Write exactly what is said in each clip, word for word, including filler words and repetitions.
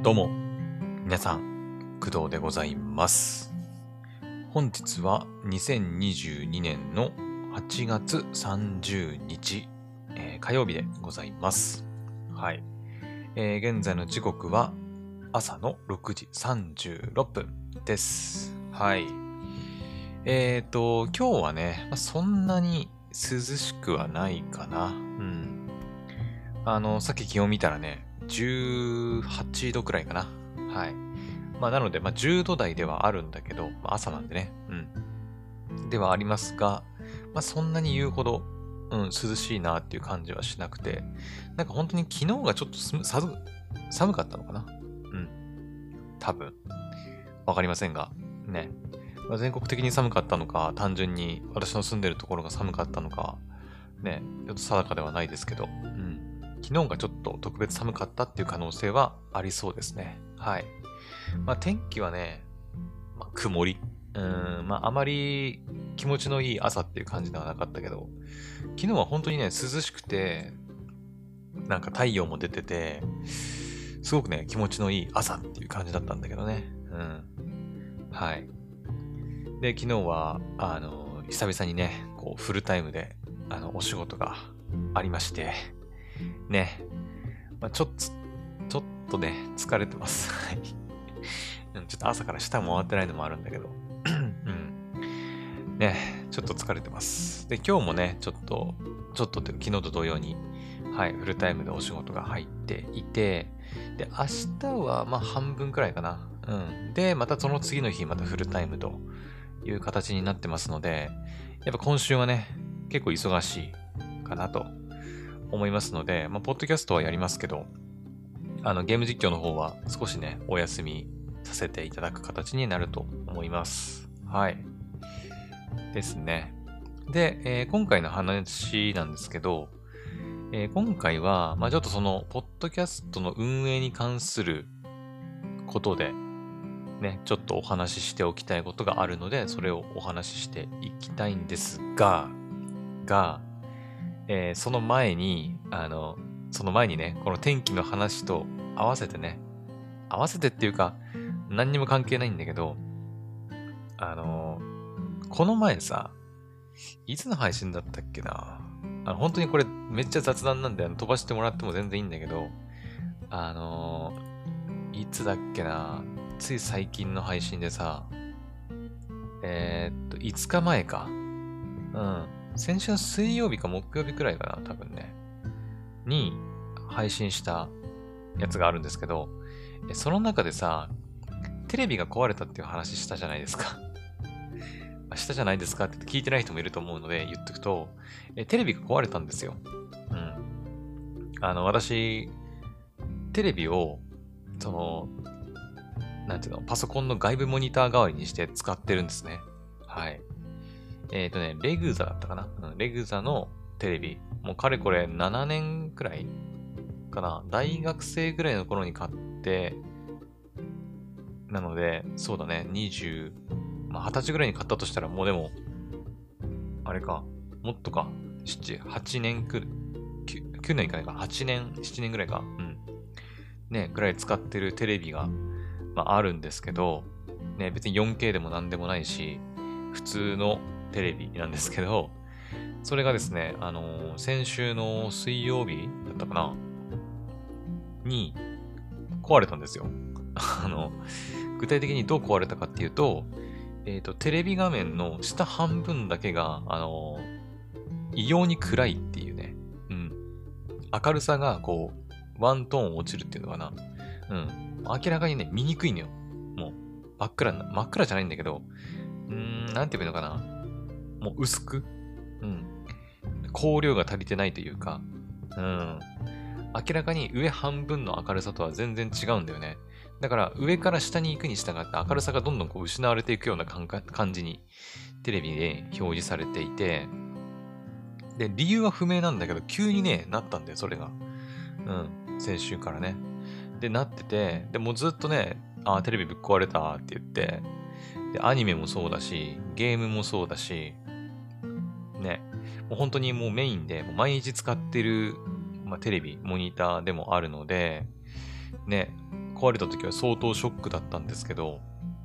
どうも、皆さん、工藤でございます。本日はにせんにじゅうにねんのはちがつさんじゅうにち、えー火曜日でございます。はい、えー現在の時刻は朝のろくじさんじゅうろっぷんです。はい。えーと、今日はね、まあそんなに涼しくはないかな。うん。あの、さっき気温見たらね、じゅうはちどくらいかな。はい。まあ、なので、まあ、じゅうど台ではあるんだけど、まあ、朝なんでね。うん。ではありますが、まあ、そんなに言うほど、うん、涼しいなっていう感じはしなくて、なんか本当に昨日がちょっとすむ寒寒かったのかな。うん。多分。わかりませんが。ね。まあ、全国的に寒かったのか、単純に私の住んでるところが寒かったのか、ね、ちょっと定かではないですけど、うん。昨日がちょっと特別寒かったっていう可能性はありそうですね。はい。まあ天気はね、まあ、曇り。うーん、まああまり気持ちのいい朝っていう感じではなかったけど、昨日は本当にね、涼しくて、なんか太陽も出てて、すごくね、気持ちのいい朝っていう感じだったんだけどね。うん。はい。で、昨日は、あの、久々にね、こう、フルタイムで、あの、お仕事がありまして、ね、まあ、ちょっと、ちょっとね、疲れてます。はい。うんちょっと朝から舌も回ってないのもあるんだけど、うん。ね、ちょっと疲れてます。で、今日もね、ちょっと、ちょっとっていうか昨日と同様に、はい、フルタイムでお仕事が入っていて、で、明日はまあ半分くらいかな。うん。で、またその次の日、またフルタイムという形になってますので、やっぱ今週はね、結構忙しいかなと思いますので、まあ、ポッドキャストはやりますけど、あの、ゲーム実況の方は少しね、お休みさせていただく形になると思います。はい。ですね。で、えー今回の話なんですけど、えー今回は、まあ、ちょっとその、ポッドキャストの運営に関することで、ね、ちょっとお話ししておきたいことがあるので、それをお話ししていきたいんですが、が、えーその前に、あの、その前にね、この天気の話と合わせてね、合わせてっていうか、何にも関係ないんだけど、あのーこの前さ、いつの配信だったっけな。あの、本当にこれめっちゃ雑談なんで、あの飛ばしてもらっても全然いいんだけど、あのーいつだっけな。つい最近の配信でさ、えーっと、いつかまえか。うん。先週の水曜日か木曜日くらいかな、多分ね。に配信したやつがあるんですけど、えその中でさ、テレビが壊れたっていう話したじゃないですか。あしたじゃないですかって言って聞いてない人もいると思うので言っとくと、えテレビが壊れたんですよ。うん。あの、私、テレビを、その、なんていうの、パソコンの外部モニター代わりにして使ってるんですね。はい。えっとね、レグザだったかな。うん、レグザのテレビ。もうかれこれななねんくらいかな。大学生ぐらいの頃に買って、なので、そうだね、にじゅう、まあ、はたちぐらいに買ったとしたら、もうでも、あれか、もっとか、なな、はちねんく、きゅう、きゅうねんいかないか、はちねん、ななねんぐらいか、うん。ね、ぐらい使ってるテレビが、まあ、あるんですけど、ね、別に よんケー でもなんでもないし、普通のテレビなんですけど、それがですね、あのー先週の水曜日だったかなに壊れたんですよ。あの、具体的にどう壊れたかっていうと、えっと、テレビ画面の下半分だけが、あのー異様に暗いっていうね。うん。明るさが、こう、ワントーン落ちるっていうのかな。うん。明らかにね、見にくいのよ。もう、真っ暗な、真っ暗じゃないんだけど、うーん、なんて言えばいいのかな。もう薄く、うん。光量が足りてないというか、うん。明らかに上半分の明るさとは全然違うんだよね。だから上から下に行くに従って明るさがどんどんこう失われていくような感覚感じにテレビで表示されていて、で、理由は不明なんだけど、急にね、なったんだよ、それが。うん。先週からね。で、なってて、で、もうずっとね、あー、テレビぶっ壊れたって言って、で、アニメもそうだし、ゲームもそうだし、ね、もう本当にもうメインで、もう毎日使ってる、まあ、テレビ、モニターでもあるので、ね、 壊れた時は相当ショックだったんですけど、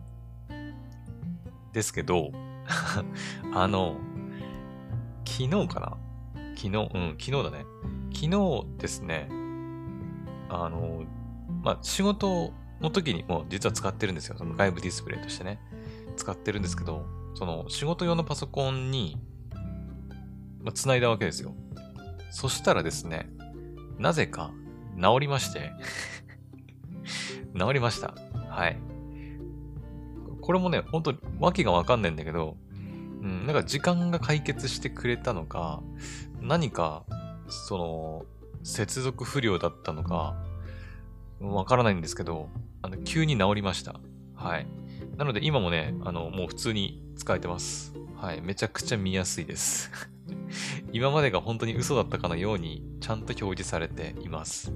ですけど、あの、昨日かな昨日、うん、昨日だね。昨日ですね、あの、まあ、仕事の時にも実は使ってるんですよ。その外部ディスプレイとしてね。使ってるんですけど、その仕事用のパソコンに、まあ、繋いだわけですよ。そしたらですね、なぜか治りまして治りました。はい。これもね、ほんと、わけがわかんないんだけど、うん、なんか時間が解決してくれたのか、何か、その、接続不良だったのか、わからないんですけど、あの、急に治りました。はい。なので今もね、あの、もう普通に使えてます。はい。めちゃくちゃ見やすいです。今までが本当に嘘だったかのように、ちゃんと表示されています。うん。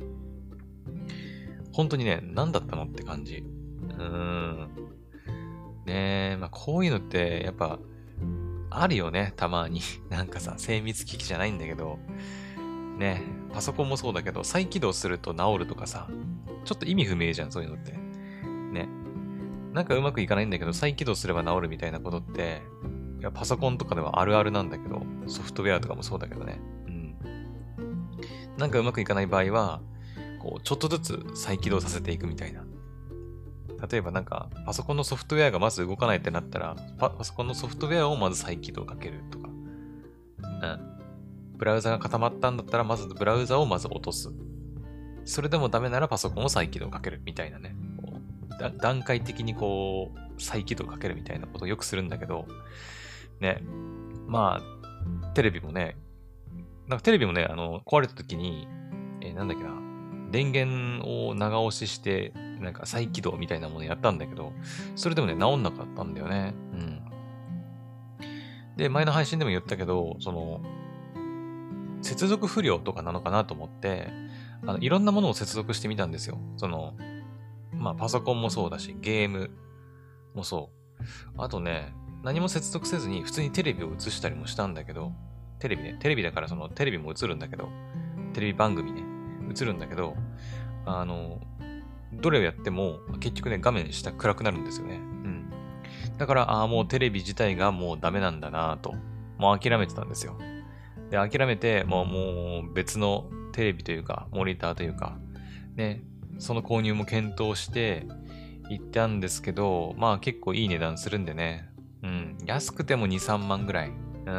本当にね、何だったのって感じ。うーん。ねえ、まあこういうのって、やっぱ、あるよね、たまに。なんかさ、精密機器じゃないんだけど、ね、パソコンもそうだけど、再起動すると治るとかさ、ちょっと意味不明じゃん、そういうのって。ね。なんかうまくいかないんだけど、再起動すれば治るみたいなことって、いやパソコンとかではあるあるなんだけど、ソフトウェアとかもそうだけどね。うん。なんかうまくいかない場合は、こう、ちょっとずつ再起動させていくみたいな。例えばなんか、パソコンのソフトウェアがまず動かないってなったら、パパソコンのソフトウェアをまず再起動かけるとか。うん。ブラウザが固まったんだったら、まずブラウザをまず落とす。それでもダメならパソコンを再起動かけるみたいなね。こうだ段階的にこう、再起動かけるみたいなことをよくするんだけど、ね。まあ、テレビもね、なんかテレビもね、あの、壊れた時に、えーなんだっけな、電源を長押しして、なんか再起動みたいなものやったんだけど、それでもね、治んなかったんだよね。うん。で、前の配信でも言ったけど、その、接続不良とかなのかなと思って、あの、いろんなものを接続してみたんですよ。その、まあ、パソコンもそうだし、ゲームもそう。あとね、何も接続せずに普通にテレビを映したりもしたんだけど、テレビね、テレビだからそのテレビも映るんだけど、テレビ番組ね、映るんだけど、あの、どれをやっても結局ね、画面下暗くなるんですよね。うん。だから、ああ、もうテレビ自体がもうダメなんだなぁと、もう諦めてたんですよ。で、諦めて、もう、もう別のテレビというか、モニターというか、ね、その購入も検討して行ったんですけど、まあ結構いい値段するんでね。うん。安くてもに、さんまんぐらい。うん。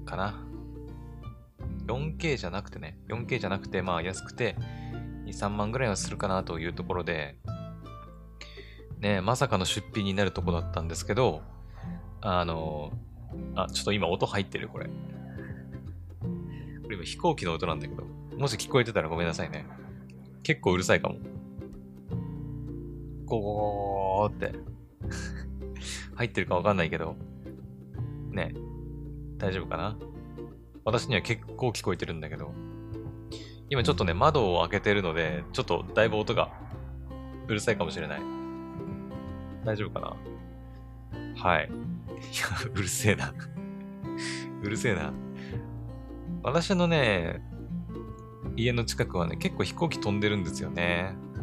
かな。よんケー じゃなくてね。よんケー じゃなくて、まあ安くてに、さんまんぐらいはするかなというところで、ね、まさかの出費になるとこだったんですけど、あの、あ、ちょっと今音入ってる、これ。これ今飛行機の音なんだけど、もし聞こえてたらごめんなさいね。結構うるさいかも。ゴーって入ってるかわかんないけど、ね、大丈夫かな？私には結構聞こえてるんだけど、今ちょっとね、窓を開けてるので、ちょっとだいぶ音がうるさいかもしれない。大丈夫かな？はい。いや、うるせえな。うるせえな。私のね、家の近くはね、結構飛行機飛んでるんですよね。うん。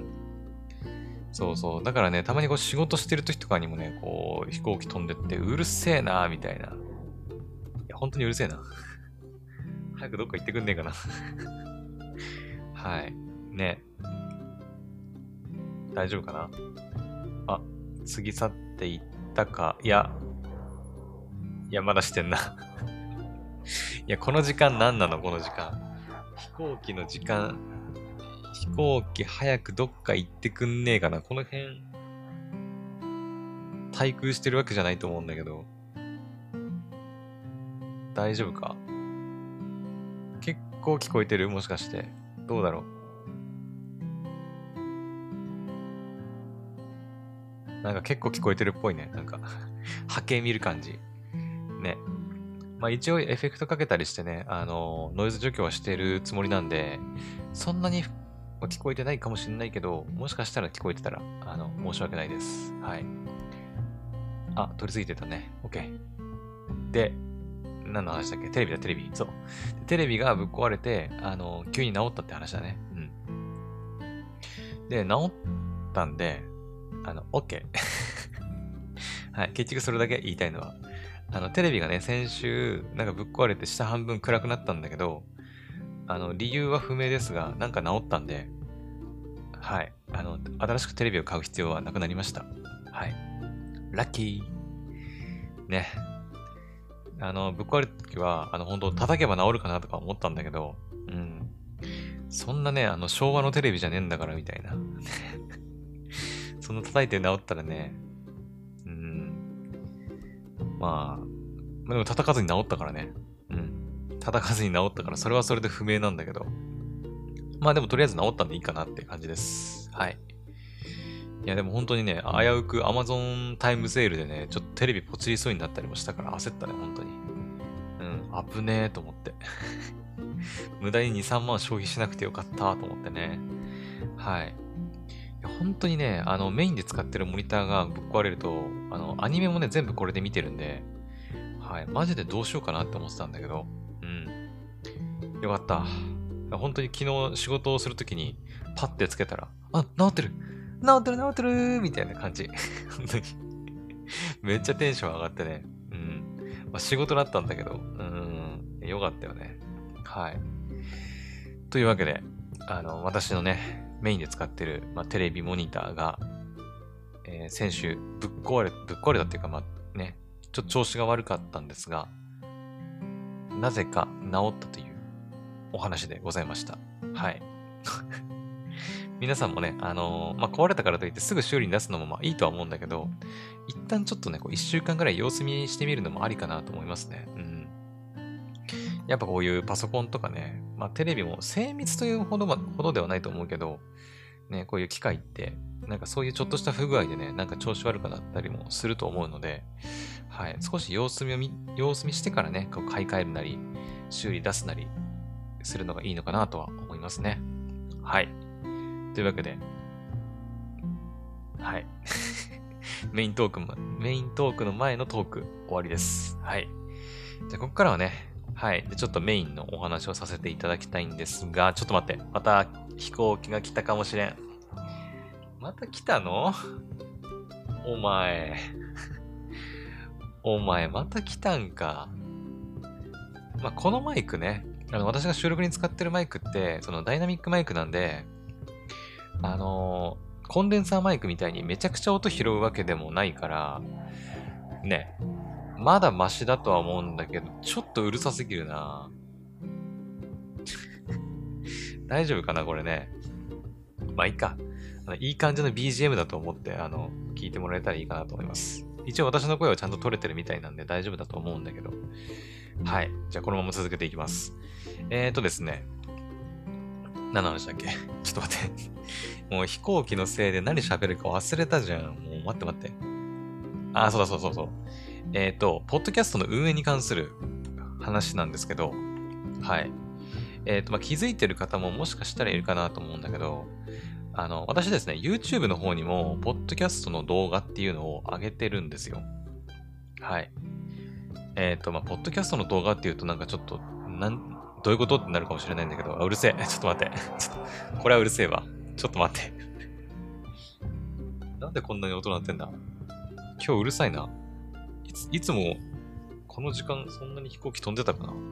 そうそう。だからね、たまにこう仕事してる時とかにもね、こう飛行機飛んでって、うるせえな、みたいな。いや、本当にうるせえな。早くどっか行ってくんねえかな。はい。ね。大丈夫かな？あ、過ぎ去っていったか。いや、いや、まだしてんな。いや、この時間何なのこの時間。飛行機の時間。飛行機早くどっか行ってくんねえかな。この辺、滞空してるわけじゃないと思うんだけど。大丈夫か？結構聞こえてる？もしかして。どうだろう？なんか結構聞こえてるっぽいね。なんか波形見る感じ。ね。まあ一応エフェクトかけたりしてね、あの、ノイズ除去はしてるつもりなんで、そんなに聞こえてないかもしれないけど、もしかしたら聞こえてたら、あの、申し訳ないです。はい。あ、取り付いてたね。OK。で、何の話だっけ？テレビだ、テレビ。そう。テレビがぶっ壊れて、あの、急に治ったって話だね。うん。 で、治ったんで、あの、OK。はい、結局それだけ言いたいのは。あの、テレビがね、先週、なんかぶっ壊れて下半分暗くなったんだけど、あの、理由は不明ですが、なんか治ったんで、はい。あの、新しくテレビを買う必要はなくなりました。はい。ラッキー。ね。あの、ぶっ壊れた時は、あの、本当叩けば治るかなとか思ったんだけど、うん。そんなね、あの、昭和のテレビじゃねえんだから、みたいな。その叩いて治ったらね、うん。まあ、まあ、でも叩かずに治ったからね。うん。叩かずに治ったから、それはそれで不明なんだけど。まあでもとりあえず治ったんでいいかなって感じです。はい。いやでも本当にね、危うく Amazon タイムセールでね、ちょっとテレビポチりそうになったりもしたから焦ったね、本当に。うん、危ねえと思って。無駄にに、さんまん消費しなくてよかったと思ってね。はい。いや本当にね、あのメインで使ってるモニターがぶっ壊れると、あの、アニメもね、全部これで見てるんで、はい。マジでどうしようかなって思ってたんだけど、うん。よかった。本当に昨日仕事をするときにパッてつけたら、あ、治ってる治ってる治ってるみたいな感じ。本当にめっちゃテンション上がってね。うん。まあ、仕事だったんだけど、うん。よかったよね。はい。というわけで、あの、私のね、メインで使ってる、まあ、テレビモニターが、えー先週ぶっ壊れ、ぶっ壊れたっていうか、まあね、ちょっと調子が悪かったんですが、なぜか治ったというお話でございました。はい。皆さんもね、あのーまあ、壊れたからといってすぐ修理に出すのもまあいいとは思うんだけど、一旦ちょっとね、こう一週間ぐらい様子見してみるのもありかなと思いますね。うん。やっぱこういうパソコンとかね、まあテレビも精密というほど,、ま、ほどではないと思うけど、ね、こういう機械って、なんかそういうちょっとした不具合でね、なんか調子悪くなったりもすると思うので、はい、少し様子見を見、様子見してからね、こう買い替えるなり、修理出すなりするのがいいのかなとは思いますね。はい。というわけで、はい。メイントークも、メイントークの前のトーク終わりです。はい。じゃあ、ここからはね、はい。で、ちょっとメインのお話をさせていただきたいんですが、ちょっと待って。また飛行機が来たかもしれん。また来たのお前。お前、また来たんか。まあ、このマイクね、あの、私が収録に使ってるマイクって、そのダイナミックマイクなんで、あのーコンデンサーマイクみたいにめちゃくちゃ音拾うわけでもないから、ね、まだマシだとは思うんだけど、ちょっとうるさすぎるな。大丈夫かなこれね。まあいいか。あのいい感じの ビージーエム だと思って、あの、聞いてもらえたらいいかなと思います。一応私の声はちゃんと取れてるみたいなんで大丈夫だと思うんだけど。はい。じゃあこのまま続けていきます。えーとですね。何の話だっけちょっと待って。もう飛行機のせいで何喋るか忘れたじゃん。もう待って待って。あー、そうだそうそうそう。えっと、ポッドキャストの運営に関する話なんですけど、はい。えっと、まあ、気づいてる方ももしかしたらいるかなと思うんだけど、あの、私ですね、YouTube の方にも、ポッドキャストの動画っていうのを上げてるんですよ。はい。えっと、まあ、ポッドキャストの動画っていうとなんかちょっと、なん、どういうことってなるかもしれないんだけど、あ、うるせえ。ちょっと待って。ちょっと、これはうるせえわ。ちょっと待って。なんでこんなに音鳴ってんだ今日うるさいな。いつ、いつも、この時間そんなに飛行機飛んでたかな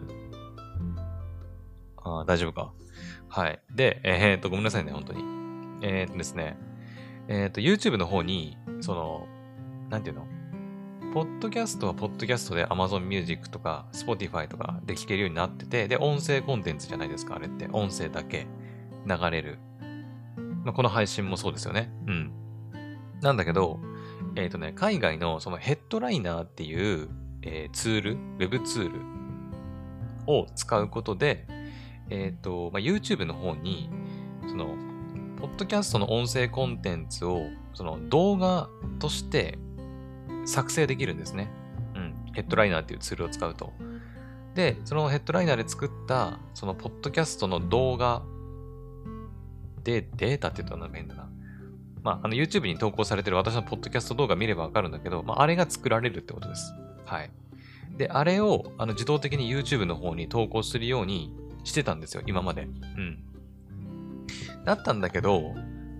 あー大丈夫か。はい。で、えーっと、ごめんなさいね、本当に。えーっとですね、えーっと、YouTube の方に、その、なんていうのポッドキャストはポッドキャストで Amazon Music とか Spotify とかで聴けるようになってて、で、音声コンテンツじゃないですか、あれって。音声だけ流れる。まあ、この配信もそうですよね。うん。なんだけど、えっとね、海外のそのヘッドライナーっていう、えーツール、ウェブツールを使うことで、えっと、まあ、YouTube の方に、その、ポッドキャストの音声コンテンツを、その動画として作成できるんですね。うん。ヘッドライナーっていうツールを使うと。で、そのヘッドライナーで作った、そのポッドキャストの動画で、データって言うとなんか変だな。まあ、あの YouTube に投稿されてる私のポッドキャスト動画見ればわかるんだけど、まあ、あれが作られるってことです。はい。で、あれをあの自動的に YouTube の方に投稿するようにしてたんですよ、今まで。うん。だったんだけど、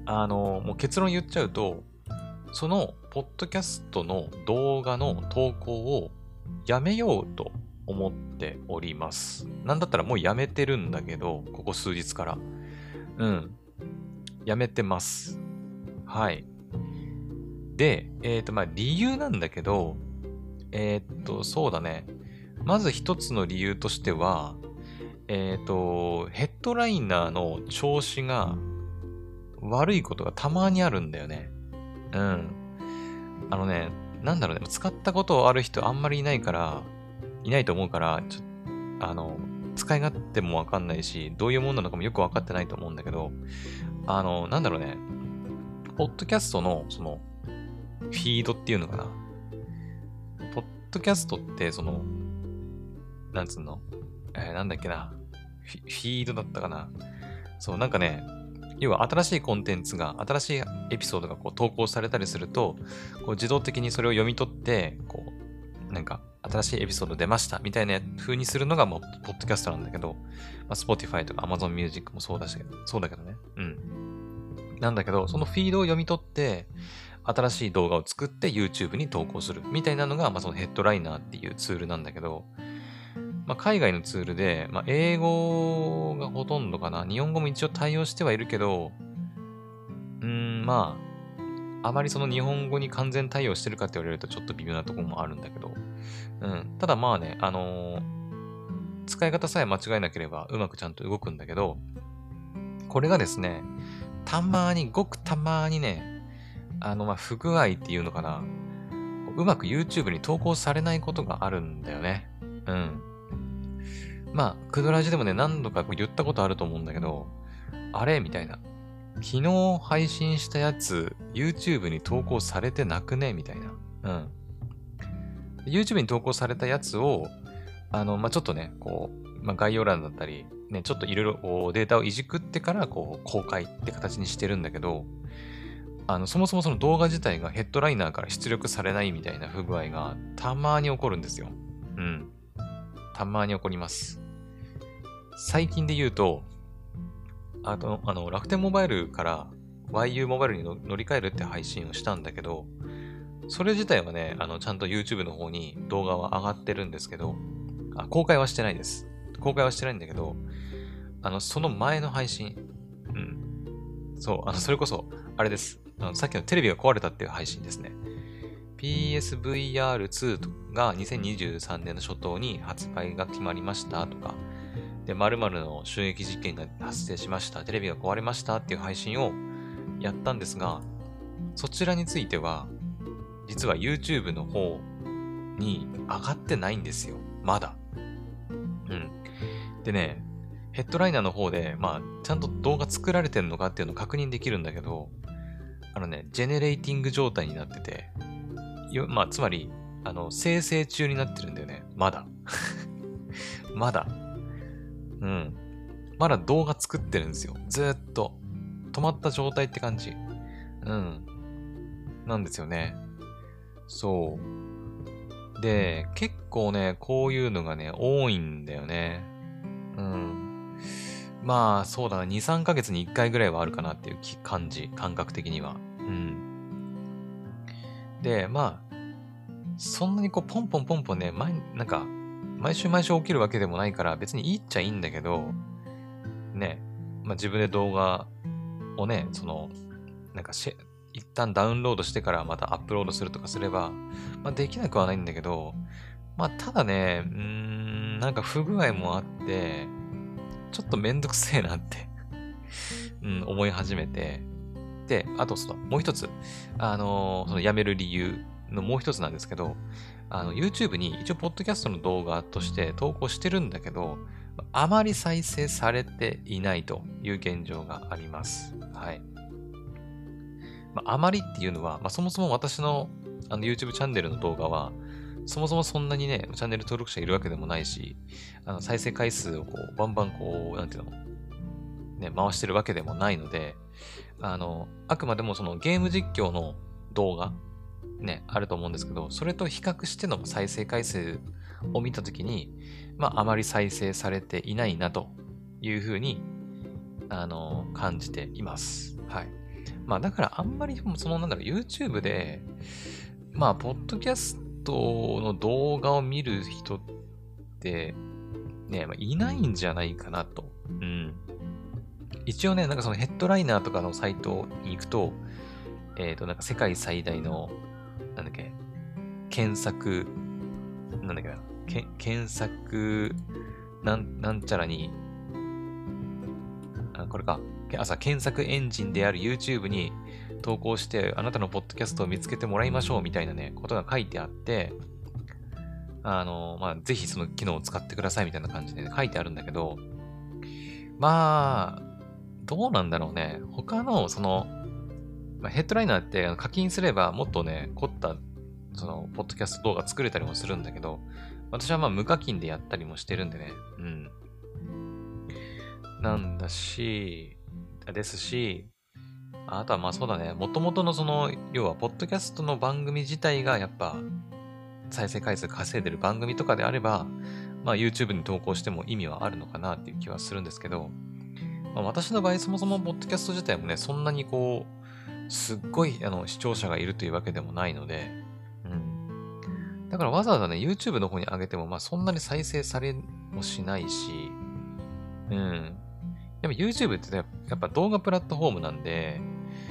あの、もう結論言っちゃうと、その、ポッドキャストの動画の投稿をやめようと思っております。なんだったらもうやめてるんだけど、ここ数日から。うん。やめてます。はい。で、えっと、まあ、理由なんだけど、えっと、そうだね。まず一つの理由としては、えっと、ヘッドライナーの調子が悪いことがたまにあるんだよね。うん。あのね、なんだろうね、使ったことある人あんまりいないから、いないと思うから、ちょあの、使い勝手もわかんないし、どういうもんなのかもよくわかってないと思うんだけど、あの、なんだろうね、ポッドキャストの、その、フィードっていうのかな。ポッドキャストって、その、なんつうのえー、なんだっけなフィ。フィードだったかな。そう、なんかね、要は新しいコンテンツが、新しいエピソードがこう投稿されたりすると、こう自動的にそれを読み取って、こう、なんか、新しいエピソード出ましたみたいな風にするのがもう、ポッドキャストなんだけど、まあ、Spotify とか Amazon Music もそうだし、そうだけどね。うん。なんだけど、そのフィードを読み取って、新しい動画を作って YouTube に投稿するみたいなのが、まあ、そのヘッドライナーっていうツールなんだけど、まあ、海外のツールで、まあ、英語がほとんどかな。日本語も一応対応してはいるけど、うーん、まあ、あまりその日本語に完全対応してるかって言われるとちょっと微妙なところもあるんだけど、うん。ただまあね、あのー使い方さえ間違えなければうまくちゃんと動くんだけど、これがですね、たまに、ごくたまにね、あの、まあ、不具合っていうのかな。うまく YouTube に投稿されないことがあるんだよね。うん。まあ、クドラジでもね、何度か言ったことあると思うんだけど、あれみたいな。昨日配信したやつ、YouTube に投稿されてなくねみたいな。うん。YouTube に投稿されたやつを、あの、まあ、ちょっとね、こう、まあ、概要欄だったり、ね、ちょっといろいろデータをいじくってから、こう、公開って形にしてるんだけど、あの、そもそもその動画自体がヘッドライナーから出力されないみたいな不具合がたまに起こるんですよ。うん。たまに起こります。最近で言うと、あと、あの、楽天モバイルから ワイユー モバイルにの乗り換えるって配信をしたんだけど、それ自体はね、あの、ちゃんと YouTube の方に動画は上がってるんですけど、あ、公開はしてないです。公開はしてないんだけど、あの、その前の配信、うん。そう、あの、それこそ、あれです。あのさっきのテレビが壊れたっていう配信ですね。ピーエスブイアールツー がにせんにじゅうさんねんの初頭に発売が決まりましたとか、で、〇〇の襲撃事件が発生しました、テレビが壊れましたっていう配信をやったんですが、そちらについては、実は YouTube の方に上がってないんですよ。まだ。うん。でね、ヘッドライナーの方で、まあ、ちゃんと動画作られてるのかっていうのを確認できるんだけど、あのね、ジェネレーティング状態になってて、よまあ、つまり、あの、生成中になってるんだよね。まだ。まだ。うん。まだ動画作ってるんですよ。ずーっと。止まった状態って感じ。うん。なんですよね。そう。で、結構ね、こういうのがね、多いんだよね。うん。まあ、そうだな。に、さんかげつにいっかいぐらいはあるかなっていうき感じ。感覚的には。うん。で、まあ、そんなにこう、ポンポンポンポンね、毎、なんか、毎週毎週起きるわけでもないから、別にいいっちゃいいんだけど、ね、まあ自分で動画をね、その、なんかシェ、一旦ダウンロードしてからまたアップロードするとかすれば、まあできなくはないんだけど、まあただね、うーん、なんか不具合もあって、ちょっとめんどくせえなってうん、思い始めて、で、あとその、もう一つ、あのーその辞める理由のもう一つなんですけど、あの、YouTube に一応、ポッドキャストの動画として投稿してるんだけど、あまり再生されていないという現状があります。はい。まあ、あまりっていうのは、まあ、そもそも私のあの YouTube チャンネルの動画は、そもそもそんなにね、チャンネル登録者いるわけでもないし、あの再生回数をこう、バンバンこう、なんていうの、ね、回してるわけでもないので、あの、あくまでもそのゲーム実況の動画、ね、あると思うんですけど、それと比較しての再生回数を見たときに、まあ、あまり再生されていないなというふうに、あの、感じています。はい。 まあだからあんまりそのなんだろう、YouTube で、まあ、ポッドキャストの動画を見る人って、ね、まあ、いないんじゃないかなと。うん。一応ね、なんかそのヘッドライナーとかのサイトに行くと、えっと、なんか世界最大の、なんだっけ、検索、なんだっけな、け検索、なん、なんちゃらに、あ、これか。朝、検索エンジンである YouTube に投稿して、あなたのポッドキャストを見つけてもらいましょうみたいなね、ことが書いてあって、あの、まあ、ぜひその機能を使ってくださいみたいな感じで書いてあるんだけど、まあ、どうなんだろうね。他の、その、まあ、ヘッドライナーって課金すればもっとね、凝った、その、ポッドキャスト動画作れたりもするんだけど、私はまあ無課金でやったりもしてるんでね。うん。なんだし、ですし、あとはまあそうだね。もともとのその、要は、ポッドキャストの番組自体がやっぱ、再生回数稼いでる番組とかであれば、まあ YouTube に投稿しても意味はあるのかなっていう気はするんですけど、まあ、私の場合そもそもポッドキャスト自体もね、そんなにこう、すっごいあの視聴者がいるというわけでもないので、うん。だからわざわざね、YouTube の方に上げても、まあそんなに再生されもしないし、うん。でも YouTube ってね、やっぱ動画プラットフォームなんで、うん。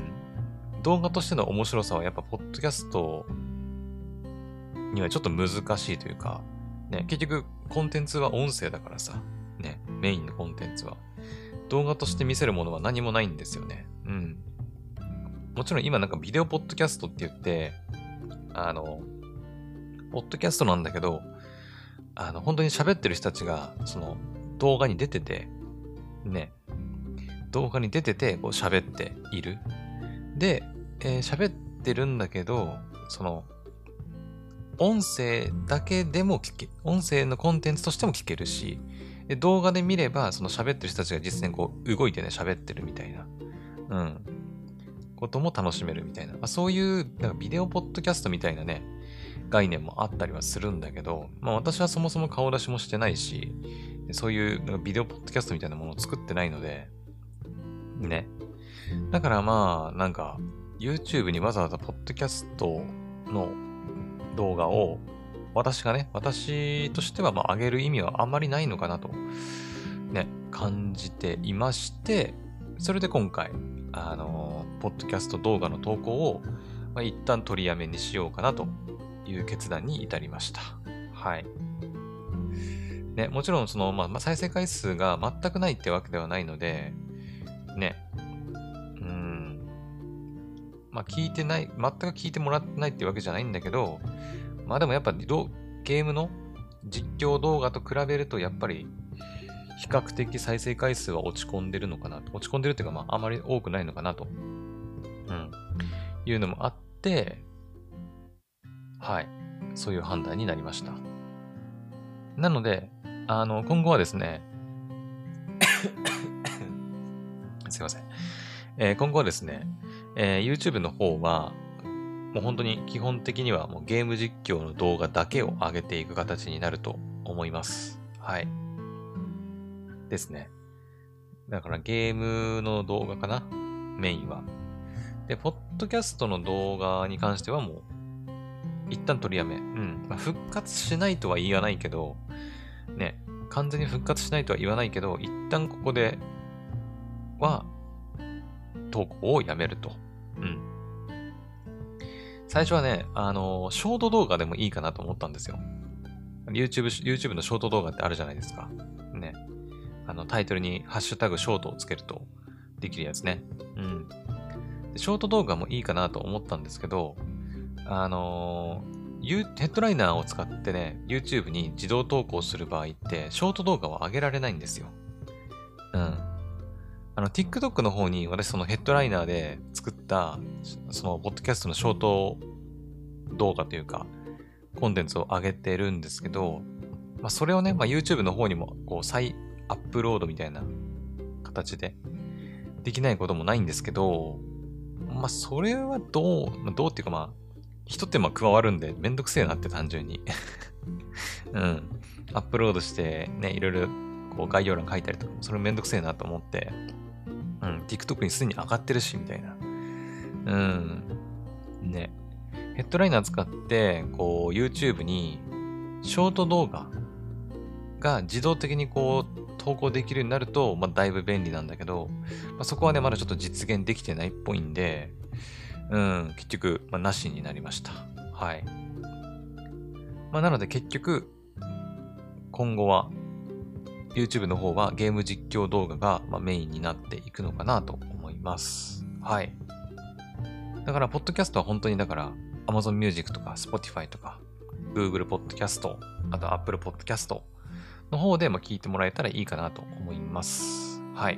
動画としての面白さはやっぱポッドキャストにはちょっと難しいというか、ね、結局コンテンツは音声だからさ、ね、メインのコンテンツは。動画として見せるものは何もないんですよね。うん。もちろん今なんかビデオポッドキャストって言って、あの、ポッドキャストなんだけど、あの、本当に喋ってる人たちが、その動画に出てて、ね、動画に出てて、こう喋っている。で、えー喋ってるんだけど、その、音声だけでも聞け、音声のコンテンツとしても聞けるし、で動画で見れば、その喋ってる人たちが実際にこう動いてね、喋ってるみたいな、うん、ことも楽しめるみたいな。まあ、そういう、なんかビデオポッドキャストみたいなね、概念もあったりはするんだけど、まあ私はそもそも顔出しもしてないし、そういうなんかビデオポッドキャストみたいなものを作ってないので、ね。だからまあ、なんか、YouTube にわざわざポッドキャストの動画を私がね、私としてはまあ上げる意味はあんまりないのかなとね、感じていまして、それで今回、あのー、ポッドキャスト動画の投稿を、まあ、一旦取りやめにしようかなという決断に至りました。はい。ね、もちろんその、まあ、再生回数が全くないってわけではないので、ね、うーん、まあ聞いてない、全く聞いてもらってないってわけじゃないんだけど、まあでもやっぱどゲームの実況動画と比べるとやっぱり比較的再生回数は落ち込んでるのかなと。落ち込んでるっていうかまああまり多くないのかなと。うん。いうのもあって、はい。そういう判断になりました。なので、あの、今後はですね、すいません。えー今後はですね、えー YouTube の方は、もう本当に基本的にはもうゲーム実況の動画だけを上げていく形になると思います。はい。ですね。だからゲームの動画かなメインは。で、ポッドキャストの動画に関してはもう、一旦取りやめ。うん。まあ、復活しないとは言わないけど、ね、完全に復活しないとは言わないけど、一旦ここでは、投稿をやめると。うん。最初はね、あのーショート動画でもいいかなと思ったんですよ。YouTube、YouTube のショート動画ってあるじゃないですか。ね。あの、タイトルにハッシュタグショートをつけるとできるやつね。うん。でショート動画もいいかなと思ったんですけど、あのー、ヘッドライナーを使ってね、YouTube に自動投稿する場合って、ショート動画を上げられないんですよ。うん。あの、TikTok の方に私そのヘッドライナーで作った、その、ポッドキャストのショート動画というか、コンテンツを上げてるんですけど、まあ、それをね、まあ、YouTube の方にも、こう、再アップロードみたいな形で、できないこともないんですけど、まあ、それはどう、まあ、どうっていうかまあ、一手間加わるんで、めんどくせえなって単純に。うん。アップロードして、ね、いろいろ、こう、概要欄書いたりとか、それめんどくせえなと思って、 うん、TikTok にすでに上がってるし、みたいな。うん。ね。ヘッドライナー使って、こう、YouTube に、ショート動画が自動的にこう、投稿できるようになると、まあ、だいぶ便利なんだけど、まあ、そこはね、まだちょっと実現できてないっぽいんで、うん、結局、まあ、なしになりました。はい。まあ、なので結局、今後は、YouTube の方はゲーム実況動画が、まあ、メインになっていくのかなと思います。はい。だから、ポッドキャストは本当にだから、Amazon Music とか Spotify とか、Google Podcast、あと Apple Podcast の方でも聞いてもらえたらいいかなと思います。はい。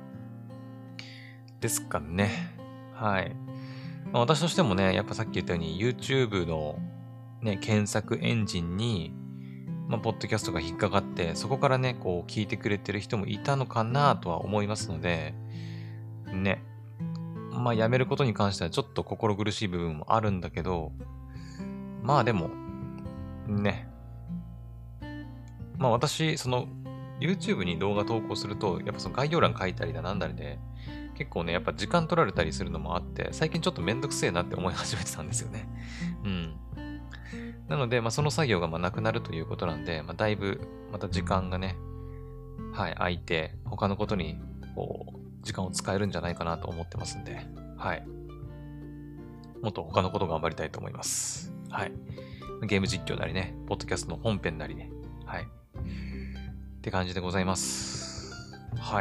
ですかね。はい。まあ、私としてもね、やっぱさっき言ったように YouTube のね、検索エンジンに、まあ、ポッドキャストが引っかかって、そこからね、こう聞いてくれてる人もいたのかなとは思いますので、ね。まあ、やめることに関してはちょっと心苦しい部分もあるんだけど、まあでも、ね。まあ私、その、YouTube に動画投稿すると、やっぱその概要欄書いたりだなんだりで、結構ね、やっぱ時間取られたりするのもあって、最近ちょっとめんどくせえなって思い始めてたんですよね。うん。なので、まあその作業がまあなくなるということなんで、まあだいぶまた時間がね、はい、空いて、他のことに、こう、時間を使えるんじゃないかなと思ってますんで、はい。もっと他のこと頑張りたいと思います。はい。ゲーム実況なりね、ポッドキャストの本編なりね、はい。って感じでございます。はい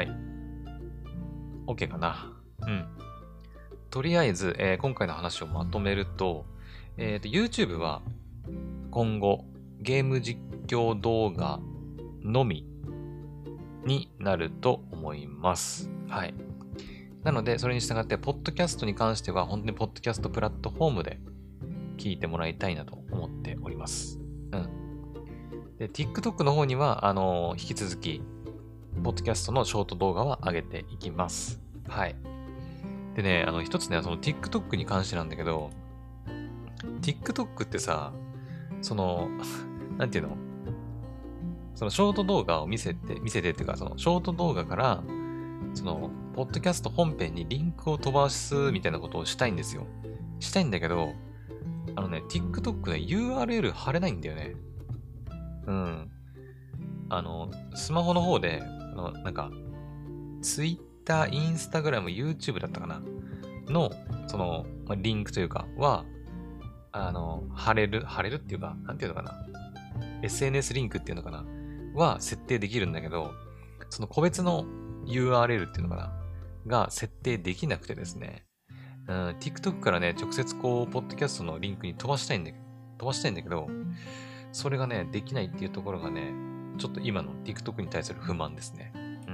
。OK かな。うん。とりあえず、えー今回の話をまとめると、えーと、YouTube は今後ゲーム実況動画のみになると思います。はい。なので、それに従って、ポッドキャストに関しては、本当にポッドキャストプラットフォームで聞いてもらいたいなと思っております。うん。で、TikTok の方には、あのー引き続き、ポッドキャストのショート動画は上げていきます。はい。でね、あの、一つね、その TikTok に関してなんだけど、TikTok ってさ、その、なんていうのそのショート動画を見せて、見せてっていうか、そのショート動画から、その、ポッドキャスト本編にリンクを飛ばすみたいなことをしたいんですよ。したいんだけど、あのね、TikTok ね、ユーアールエル 貼れないんだよね。うん。あの、スマホの方で、あのなんか、Twitter、Instagram、YouTube だったかなの、その、まあ、リンクというかは、あの、貼れる、貼れるっていうか、なんていうのかな。エスエヌエス リンクっていうのかなは設定できるんだけど、その個別の ユーアールエル っていうのかなが設定できなくてですね。うん、TikTok からね、直接こう、ポッドキャストのリンクに飛ばしたいんだけど、飛ばしたいんだけど、それがね、できないっていうところがね、ちょっと今の TikTok に対する不満ですね。うん。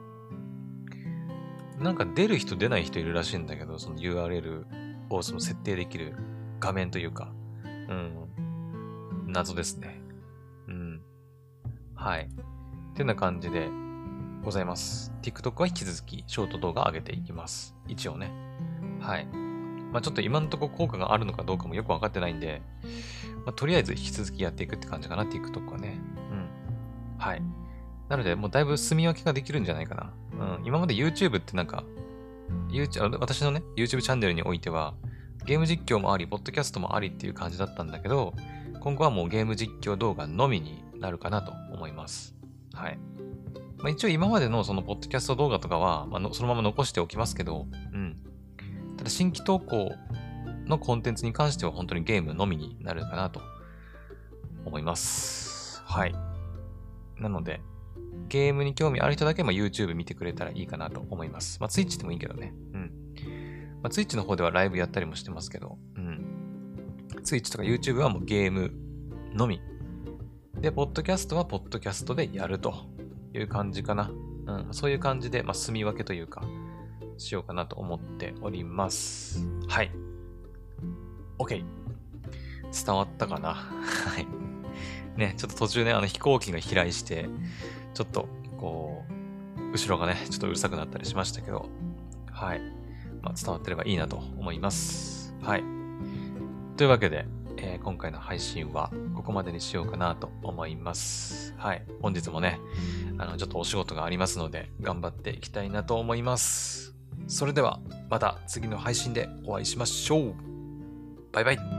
なんか出る人出ない人いるらしいんだけど、その ユーアールエル をその設定できる画面というか、うん。謎ですね。うん。はい。ってな感じでございます。TikTok は引き続きショート動画上げていきます。一応ね。はい。まあちょっと今のところ効果があるのかどうかもよくわかってないんで、まあ、とりあえず引き続きやっていくって感じかな、TikTok はね。うん。はい。なので、もうだいぶ住み分けができるんじゃないかな。うん。今まで YouTube ってなんか、YouTube、私のね、YouTube チャンネルにおいては、ゲーム実況もあり、ポッドキャストもありっていう感じだったんだけど、今後はもうゲーム実況動画のみになるかなと思います。はい。まあ、一応今までのそのポッドキャスト動画とかは、まあの、そのまま残しておきますけど、うん。ただ新規投稿のコンテンツに関しては本当にゲームのみになるかなと思います。はい。なので、ゲームに興味ある人だけまあ YouTube 見てくれたらいいかなと思います。まあ Twitch でもいいけどね。うん。まあ Twitch の方ではライブやったりもしてますけど、うん。Twitch とか YouTube はもうゲームのみ。で、ポッドキャストはポッドキャストでやるという感じかな。うん。そういう感じで、まあ住み分けというか、しようかなと思っております。はい。OK。伝わったかなはい。ね、ちょっと途中ね、あの飛行機が飛来して、ちょっと、こう、後ろがね、ちょっとうるさくなったりしましたけど、はい。まあ、伝わってればいいなと思います。はい。というわけで、 えー今回の配信はここまでにしようかなと思います。はい。本日もね、あの、ちょっとお仕事がありますので、頑張っていきたいなと思います。それでは、また次の配信でお会いしましょう。バイバイ。